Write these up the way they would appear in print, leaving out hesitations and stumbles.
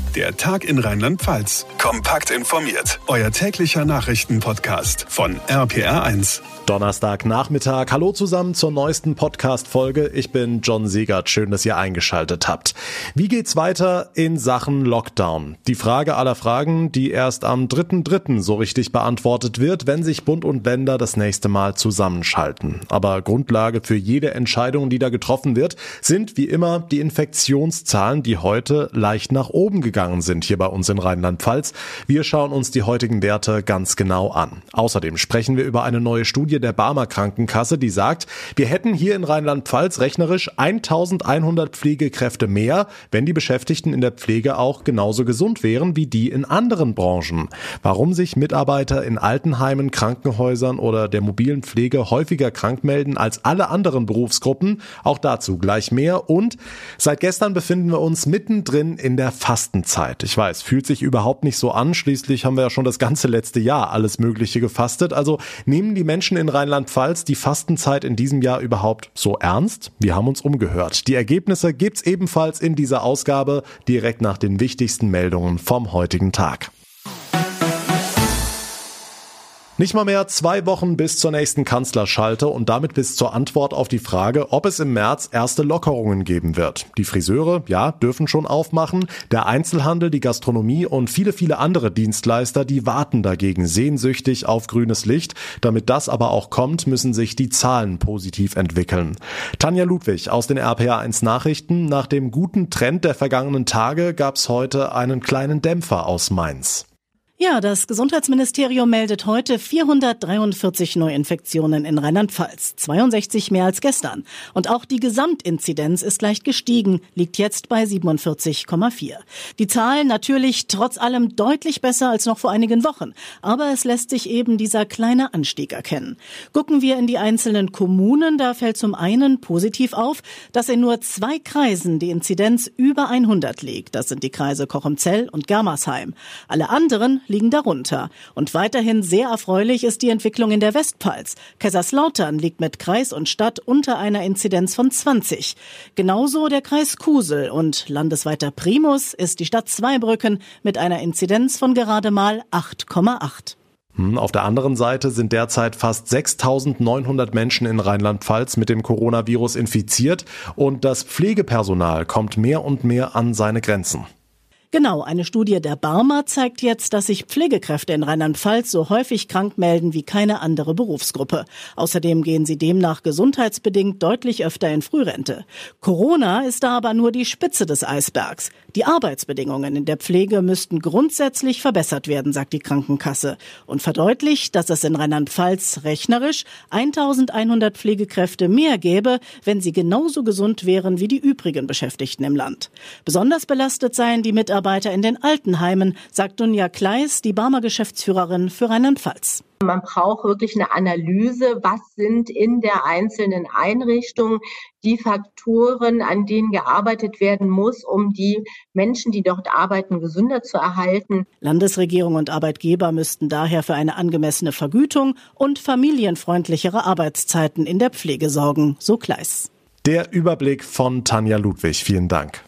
Der Tag in Rheinland-Pfalz. Kompakt informiert. Euer täglicher Nachrichtenpodcast von RPR1. Donnerstagnachmittag. Hallo zusammen zur neuesten Podcast-Folge. Ich bin John Siegert. Schön, dass ihr eingeschaltet habt. Wie geht's weiter in Sachen Lockdown? Die Frage aller Fragen, die erst am 3.3. so richtig beantwortet wird, wenn sich Bund und Länder das nächste Mal zusammenschalten. Aber Grundlage für jede Entscheidung, die da getroffen wird, sind wie immer die Infektionszahlen, die heute leicht nach oben gegangen sind hier bei uns in Rheinland-Pfalz. Wir schauen uns die heutigen Werte ganz genau an. Außerdem sprechen wir über eine neue Studie der Barmer Krankenkasse, die sagt, wir hätten hier in Rheinland-Pfalz rechnerisch 1100 Pflegekräfte mehr, wenn die Beschäftigten in der Pflege auch genauso gesund wären wie die in anderen Branchen. Warum sich Mitarbeiter in Altenheimen, Krankenhäusern oder der mobilen Pflege häufiger krank melden als alle anderen Berufsgruppen, auch dazu gleich mehr. Und seit gestern befinden wir uns mittendrin in der Fastenzeit. Ich weiß, fühlt sich überhaupt nicht so an. Schließlich haben wir ja schon das ganze letzte Jahr alles Mögliche gefastet. Also nehmen die Menschen in Rheinland-Pfalz die Fastenzeit in diesem Jahr überhaupt so ernst? Wir haben uns umgehört. Die Ergebnisse gibt's ebenfalls in dieser Ausgabe direkt nach den wichtigsten Meldungen vom heutigen Tag. Nicht mal mehr 2 Wochen bis zur nächsten Kanzlerschalte und damit bis zur Antwort auf die Frage, ob es im März erste Lockerungen geben wird. Die Friseure, ja, dürfen schon aufmachen. Der Einzelhandel, die Gastronomie und viele andere Dienstleister, die warten dagegen sehnsüchtig auf grünes Licht. Damit das aber auch kommt, müssen sich die Zahlen positiv entwickeln. Tanja Ludwig aus den RPR1 Nachrichten. Nach dem guten Trend der vergangenen Tage gab es heute einen kleinen Dämpfer aus Mainz. Ja, das Gesundheitsministerium meldet heute 443 Neuinfektionen in Rheinland-Pfalz, 62 mehr als gestern. Und auch die Gesamtinzidenz ist leicht gestiegen, liegt jetzt bei 47,4. Die Zahlen natürlich trotz allem deutlich besser als noch vor einigen Wochen. Aber es lässt sich eben dieser kleine Anstieg erkennen. Gucken wir in die einzelnen Kommunen, da fällt zum einen positiv auf, dass in nur 2 Kreisen die Inzidenz über 100 liegt. Das sind die Kreise Cochem-Zell und Germersheim. Alle anderen liegen darunter. Und weiterhin sehr erfreulich ist die Entwicklung in der Westpfalz. Kaiserslautern liegt mit Kreis und Stadt unter einer Inzidenz von 20. Genauso der Kreis Kusel und landesweiter Primus ist die Stadt Zweibrücken mit einer Inzidenz von gerade mal 8,8. Auf der anderen Seite sind derzeit fast 6.900 Menschen in Rheinland-Pfalz mit dem Coronavirus infiziert und das Pflegepersonal kommt mehr und mehr an seine Grenzen. Genau, eine Studie der Barmer zeigt jetzt, dass sich Pflegekräfte in Rheinland-Pfalz so häufig krank melden wie keine andere Berufsgruppe. Außerdem gehen sie demnach gesundheitsbedingt deutlich öfter in Frührente. Corona ist da aber nur die Spitze des Eisbergs. Die Arbeitsbedingungen in der Pflege müssten grundsätzlich verbessert werden, sagt die Krankenkasse. Und verdeutlicht, dass es in Rheinland-Pfalz rechnerisch 1100 Pflegekräfte mehr gäbe, wenn sie genauso gesund wären wie die übrigen Beschäftigten im Land. Besonders belastet seien die Mitarbeiter in den Altenheimen, sagt Dunja Kleis, die Barmer Geschäftsführerin für Rheinland-Pfalz. Man braucht wirklich eine Analyse, was sind in der einzelnen Einrichtung die Faktoren, an denen gearbeitet werden muss, um die Menschen, die dort arbeiten, gesünder zu erhalten. Landesregierung und Arbeitgeber müssten daher für eine angemessene Vergütung und familienfreundlichere Arbeitszeiten in der Pflege sorgen, so Kleis. Der Überblick von Tanja Ludwig. Vielen Dank.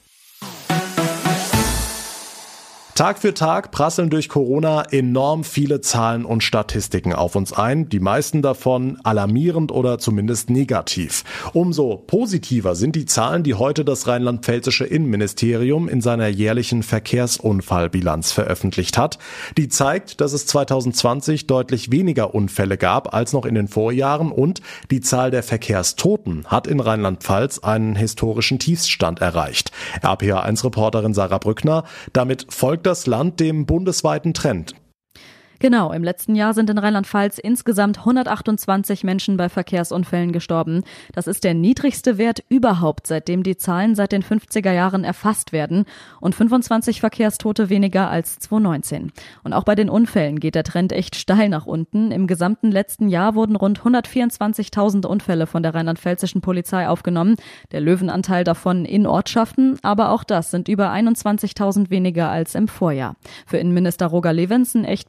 Tag für Tag prasseln durch Corona enorm viele Zahlen und Statistiken auf uns ein, die meisten davon alarmierend oder zumindest negativ. Umso positiver sind die Zahlen, die heute das rheinland-pfälzische Innenministerium in seiner jährlichen Verkehrsunfallbilanz veröffentlicht hat. Die zeigt, dass es 2020 deutlich weniger Unfälle gab als noch in den Vorjahren und die Zahl der Verkehrstoten hat in Rheinland-Pfalz einen historischen Tiefstand erreicht. RPR1-Reporterin Sarah Brückner, damit folgt das Land dem bundesweiten Trend. Genau, im letzten Jahr sind in Rheinland-Pfalz insgesamt 128 Menschen bei Verkehrsunfällen gestorben. Das ist der niedrigste Wert überhaupt, seitdem die Zahlen seit den 50er Jahren erfasst werden und 25 Verkehrstote weniger als 2019. Und auch bei den Unfällen geht der Trend echt steil nach unten. Im gesamten letzten Jahr wurden rund 124.000 Unfälle von der rheinland-pfälzischen Polizei aufgenommen. Der Löwenanteil davon in Ortschaften, aber auch das sind über 21.000 weniger als im Vorjahr. Für Innenminister Roger Lewensen echt besondere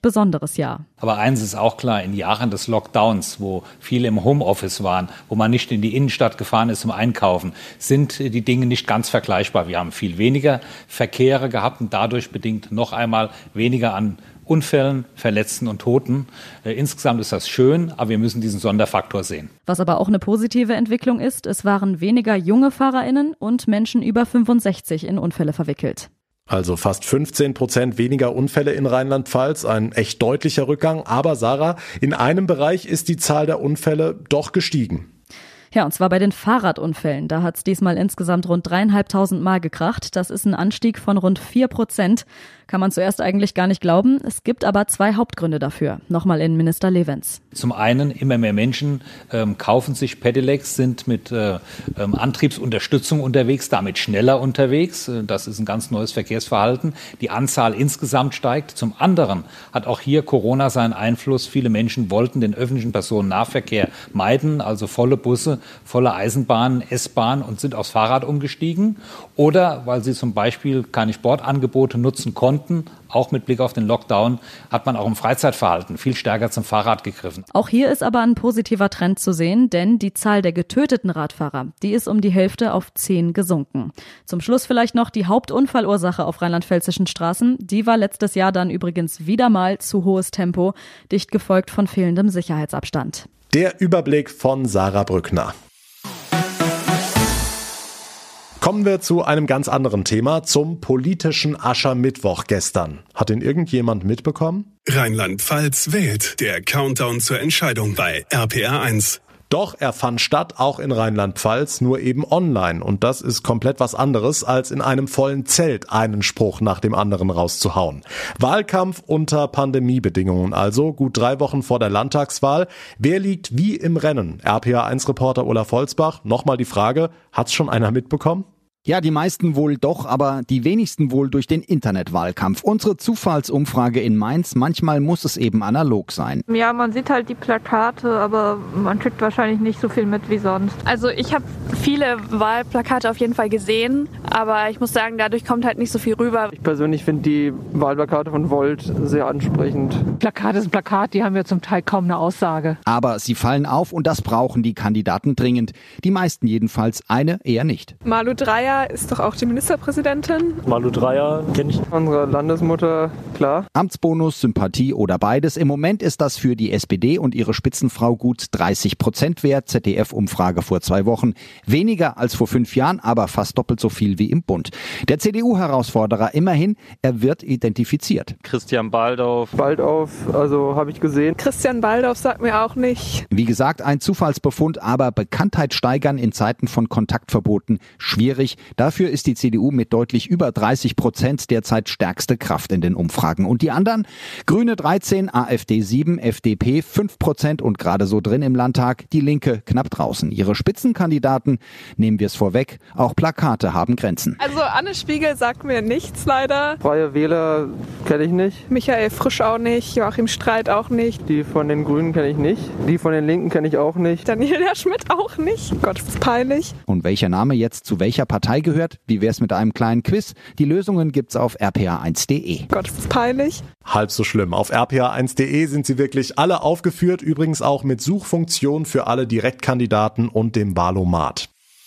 besonderes Jahr. Aber eins ist auch klar, in Jahren des Lockdowns, wo viele im Homeoffice waren, wo man nicht in die Innenstadt gefahren ist zum Einkaufen, sind die Dinge nicht ganz vergleichbar. Wir haben viel weniger Verkehre gehabt und dadurch bedingt noch einmal weniger an Unfällen, Verletzten und Toten. Insgesamt ist das schön, aber wir müssen diesen Sonderfaktor sehen. Was aber auch eine positive Entwicklung ist, es waren weniger junge FahrerInnen und Menschen über 65 in Unfälle verwickelt. Also fast 15% weniger Unfälle in Rheinland-Pfalz, ein echt deutlicher Rückgang. Aber Sarah, in einem Bereich ist die Zahl der Unfälle doch gestiegen. Ja, und zwar bei den Fahrradunfällen. Da hat es diesmal insgesamt rund 3.500 Mal gekracht. Das ist ein Anstieg von rund 4%. Kann man zuerst eigentlich gar nicht glauben. Es gibt aber 2 Hauptgründe dafür. Nochmal Innenminister Levens. Zum einen, immer mehr Menschen kaufen sich Pedelecs, sind mit Antriebsunterstützung unterwegs, damit schneller unterwegs. Das ist ein ganz neues Verkehrsverhalten. Die Anzahl insgesamt steigt. Zum anderen hat auch hier Corona seinen Einfluss. Viele Menschen wollten den öffentlichen Personennahverkehr meiden, also volle Busse, volle Eisenbahnen, S-Bahn und sind aufs Fahrrad umgestiegen. Oder weil sie zum Beispiel keine Sportangebote nutzen konnten, auch mit Blick auf den Lockdown, hat man auch im Freizeitverhalten viel stärker zum Fahrrad gegriffen. Auch hier ist aber ein positiver Trend zu sehen, denn die Zahl der getöteten Radfahrer, die ist um die Hälfte auf 10 gesunken. Zum Schluss vielleicht noch die Hauptunfallursache auf rheinland-pfälzischen Straßen. Die war letztes Jahr dann übrigens wieder mal zu hohes Tempo, dicht gefolgt von fehlendem Sicherheitsabstand. Der Überblick von Sarah Brückner. Kommen wir zu einem ganz anderen Thema, zum politischen Aschermittwoch gestern. Hat ihn irgendjemand mitbekommen? Rheinland-Pfalz wählt. Der Countdown zur Entscheidung bei RPR1. Doch er fand statt, auch in Rheinland-Pfalz, nur eben online. Und das ist komplett was anderes, als in einem vollen Zelt einen Spruch nach dem anderen rauszuhauen. Wahlkampf unter Pandemiebedingungen, also gut 3 Wochen vor der Landtagswahl. Wer liegt wie im Rennen? RPA1-Reporter Olaf Holzbach. Nochmal die Frage, hat's schon einer mitbekommen? Ja, die meisten wohl doch, aber die wenigsten wohl durch den Internetwahlkampf. Unsere Zufallsumfrage in Mainz, manchmal muss es eben analog sein. Ja, man sieht halt die Plakate, aber man kriegt wahrscheinlich nicht so viel mit wie sonst. Also ich habe viele Wahlplakate auf jeden Fall gesehen, aber ich muss sagen, dadurch kommt halt nicht so viel rüber. Ich persönlich finde die Wahlplakate von Volt sehr ansprechend. Plakat ist ein Plakat, die haben ja zum Teil kaum eine Aussage. Aber sie fallen auf und das brauchen die Kandidaten dringend. Die meisten jedenfalls, eine eher nicht. Malu Dreyer ist doch auch die Ministerpräsidentin. Malu Dreyer kenne ich. Unsere Landesmutter, klar. Amtsbonus, Sympathie oder beides. Im Moment ist das für die SPD und ihre Spitzenfrau gut 30% wert. ZDF-Umfrage vor 2 Wochen. Weniger als vor 5 Jahren, aber fast doppelt so viel wie im Bund. Der CDU-Herausforderer immerhin, er wird identifiziert. Christian Baldauf. Baldauf, also habe ich gesehen. Christian Baldauf sagt mir auch nicht. Wie gesagt, ein Zufallsbefund, aber Bekanntheit steigern in Zeiten von Kontaktverboten schwierig. Dafür ist die CDU mit deutlich über 30% derzeit stärkste Kraft in den Umfragen. Und die anderen? Grüne 13, AfD 7, FDP 5% und gerade so drin im Landtag. Die Linke knapp draußen. Ihre Spitzenkandidaten, nehmen wir es vorweg, auch Plakate haben Grenzen. Also Anne Spiegel sagt mir nichts leider. Freie Wähler kenne ich nicht. Michael Frisch auch nicht, Joachim Streit auch nicht. Die von den Grünen kenne ich nicht. Die von den Linken kenne ich auch nicht. Daniela Schmidt auch nicht. Gott, das ist peinlich. Und welcher Name jetzt zu welcher Partei gehört? Wie wär's mit einem kleinen Quiz? Die Lösungen gibt's auf rpa1.de. Gott, das ist peinlich. Halb so schlimm. Auf rpa1.de sind sie wirklich alle aufgeführt, übrigens auch mit Suchfunktion für alle Direktkandidaten und dem Wahlomat.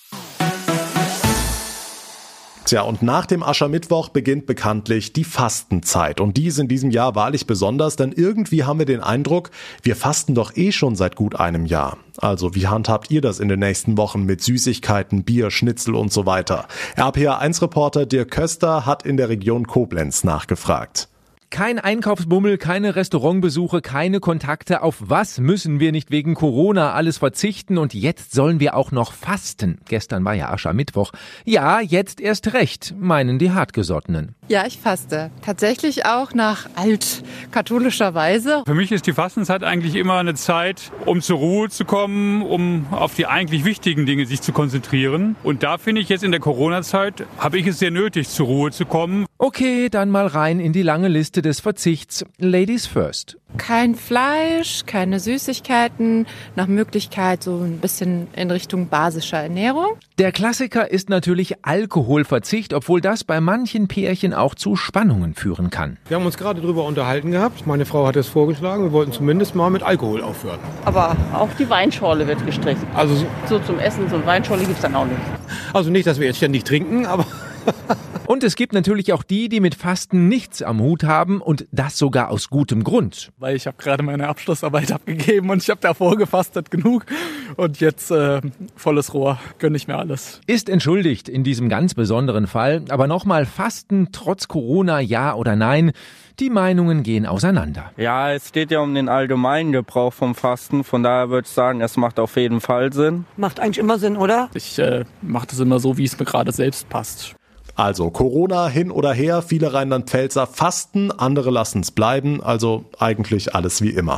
Tja, und nach dem Aschermittwoch beginnt bekanntlich die Fastenzeit. Und die ist in diesem Jahr wahrlich besonders, denn irgendwie haben wir den Eindruck, wir fasten doch schon seit gut einem Jahr. Also, wie handhabt ihr das in den nächsten Wochen mit Süßigkeiten, Bier, Schnitzel und so weiter? RPA1-Reporter Dirk Köster hat in der Region Koblenz nachgefragt. Kein Einkaufsbummel, keine Restaurantbesuche, keine Kontakte. Auf was müssen wir nicht wegen Corona alles verzichten? Und jetzt sollen wir auch noch fasten. Gestern war ja Aschermittwoch. Ja, jetzt erst recht, meinen die Hartgesottenen. Ja, ich faste. Tatsächlich auch nach altkatholischer Weise. Für mich ist die Fastenzeit eigentlich immer eine Zeit, um zur Ruhe zu kommen, um auf die eigentlich wichtigen Dinge sich zu konzentrieren. Und da finde ich jetzt in der Corona-Zeit, habe ich es sehr nötig, zur Ruhe zu kommen. Okay, dann mal rein in die lange Liste des Verzichts. Ladies first. Kein Fleisch, keine Süßigkeiten, nach Möglichkeit so ein bisschen in Richtung basischer Ernährung. Der Klassiker ist natürlich Alkoholverzicht, obwohl das bei manchen Pärchen auch zu Spannungen führen kann. Wir haben uns gerade darüber unterhalten gehabt. Meine Frau hat es vorgeschlagen, wir wollten zumindest mal mit Alkohol aufhören. Aber auch die Weinschorle wird gestrichen. Also so zum Essen, so eine Weinschorle gibt es dann auch nicht. Also nicht, dass wir jetzt ständig trinken, aber... Und es gibt natürlich auch die mit Fasten nichts am Hut haben und das sogar aus gutem Grund. Weil ich habe gerade meine Abschlussarbeit abgegeben und ich habe davor gefastet genug und jetzt volles Rohr, gönne ich mir alles. Ist entschuldigt in diesem ganz besonderen Fall, aber nochmal Fasten trotz Corona, ja oder nein? Die Meinungen gehen auseinander. Ja, es geht ja um den allgemeinen Gebrauch vom Fasten, von daher würde ich sagen, es macht auf jeden Fall Sinn. Macht eigentlich immer Sinn, oder? Ich mache das immer so, wie es mir gerade selbst passt. Also Corona hin oder her, viele Rheinland-Pfälzer fasten, andere lassen es bleiben, also eigentlich alles wie immer.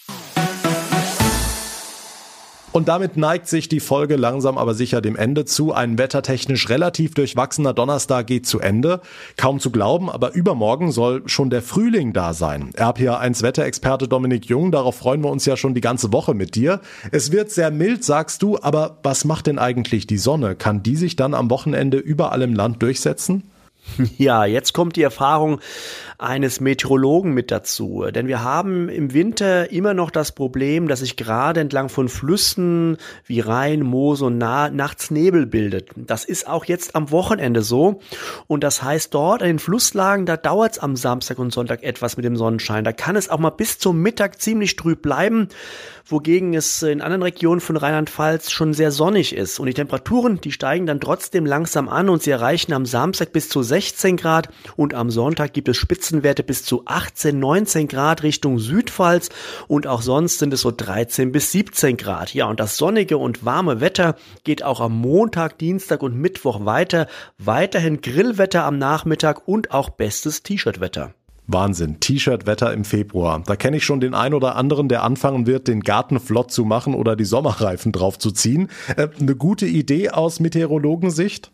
Und damit neigt sich die Folge langsam aber sicher dem Ende zu. Ein wettertechnisch relativ durchwachsener Donnerstag geht zu Ende. Kaum zu glauben, aber übermorgen soll schon der Frühling da sein. RPA1 Wetterexperte Dominik Jung, darauf freuen wir uns ja schon die ganze Woche mit dir. Es wird sehr mild, sagst du, aber was macht denn eigentlich die Sonne? Kann die sich dann am Wochenende überall im Land durchsetzen? Ja, jetzt kommt die Erfahrung eines Meteorologen mit dazu. Denn wir haben im Winter immer noch das Problem, dass sich gerade entlang von Flüssen wie Rhein, Mosel und nachts Nebel bildet. Das ist auch jetzt am Wochenende so. Und das heißt, dort an den Flusslagen, da dauert es am Samstag und Sonntag etwas mit dem Sonnenschein. Da kann es auch mal bis zum Mittag ziemlich trüb bleiben, wogegen es in anderen Regionen von Rheinland-Pfalz schon sehr sonnig ist. Und die Temperaturen, die steigen dann trotzdem langsam an und sie erreichen am Samstag bis zu 16 Grad und am Sonntag gibt es Spitzenwerte bis zu 18, 19 Grad Richtung Südpfalz und auch sonst sind es so 13 bis 17 Grad. Ja, und das sonnige und warme Wetter geht auch am Montag, Dienstag und Mittwoch weiter. Weiterhin Grillwetter am Nachmittag und auch bestes T-Shirt-Wetter. Wahnsinn, T-Shirt-Wetter im Februar. Da kenne ich schon den ein oder anderen, der anfangen wird, den Garten flott zu machen oder die Sommerreifen draufzuziehen. Eine gute Idee aus Meteorologensicht?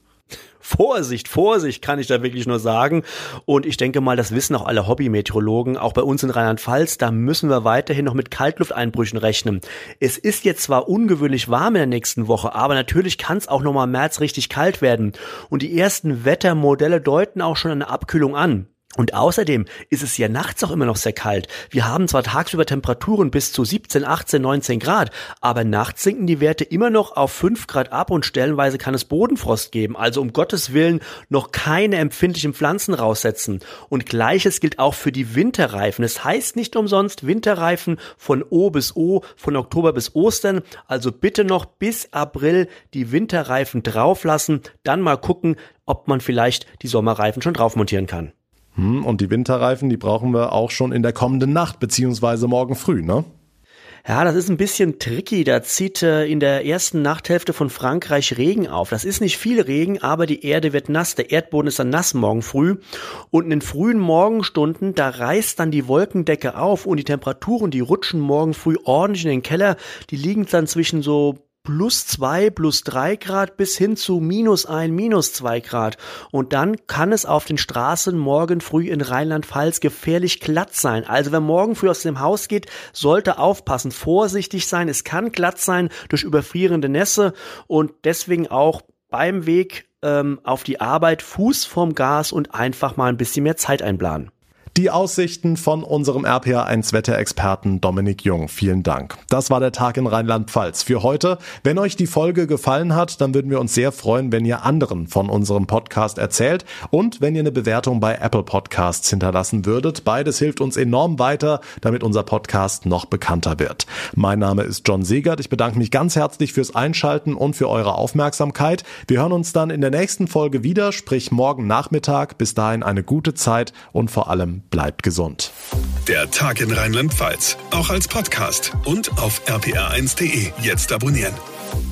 Vorsicht, kann ich da wirklich nur sagen. Und ich denke mal, das wissen auch alle Hobby-Meteorologen. Auch bei uns in Rheinland-Pfalz, da müssen wir weiterhin noch mit Kaltlufteinbrüchen rechnen. Es ist jetzt zwar ungewöhnlich warm in der nächsten Woche, aber natürlich kann es auch nochmal im März richtig kalt werden. Und die ersten Wettermodelle deuten auch schon eine Abkühlung an. Und außerdem ist es ja nachts auch immer noch sehr kalt. Wir haben zwar tagsüber Temperaturen bis zu 17, 18, 19 Grad, aber nachts sinken die Werte immer noch auf 5 Grad ab und stellenweise kann es Bodenfrost geben. Also um Gottes Willen noch keine empfindlichen Pflanzen raussetzen. Und Gleiches gilt auch für die Winterreifen. Es heißt nicht umsonst Winterreifen von O bis O, von Oktober bis Ostern. Also bitte noch bis April die Winterreifen drauflassen. Dann mal gucken, ob man vielleicht die Sommerreifen schon drauf montieren kann. Und die Winterreifen, die brauchen wir auch schon in der kommenden Nacht, beziehungsweise morgen früh, ne? Ja, das ist ein bisschen tricky. Da zieht in der ersten Nachthälfte von Frankreich Regen auf. Das ist nicht viel Regen, aber die Erde wird nass. Der Erdboden ist dann nass morgen früh. Und in den frühen Morgenstunden, da reißt dann die Wolkendecke auf und die Temperaturen, die rutschen morgen früh ordentlich in den Keller. Die liegen dann zwischen so +2, +3 Grad bis hin zu -1, -2 Grad. Und dann kann es auf den Straßen morgen früh in Rheinland-Pfalz gefährlich glatt sein. Also wer morgen früh aus dem Haus geht, sollte aufpassen, vorsichtig sein. Es kann glatt sein durch überfrierende Nässe und deswegen auch beim Weg auf die Arbeit Fuß vorm Gas und einfach mal ein bisschen mehr Zeit einplanen. Die Aussichten von unserem RPA1 Wetterexperten Dominik Jung. Vielen Dank. Das war der Tag in Rheinland-Pfalz für heute. Wenn euch die Folge gefallen hat, dann würden wir uns sehr freuen, wenn ihr anderen von unserem Podcast erzählt und wenn ihr eine Bewertung bei Apple Podcasts hinterlassen würdet. Beides hilft uns enorm weiter, damit unser Podcast noch bekannter wird. Mein Name ist John Segert. Ich bedanke mich ganz herzlich fürs Einschalten und für eure Aufmerksamkeit. Wir hören uns dann in der nächsten Folge wieder, sprich morgen Nachmittag. Bis dahin eine gute Zeit und vor allem bleibt gesund. Der Tag in Rheinland-Pfalz, auch als Podcast und auf rpr1.de. Jetzt abonnieren.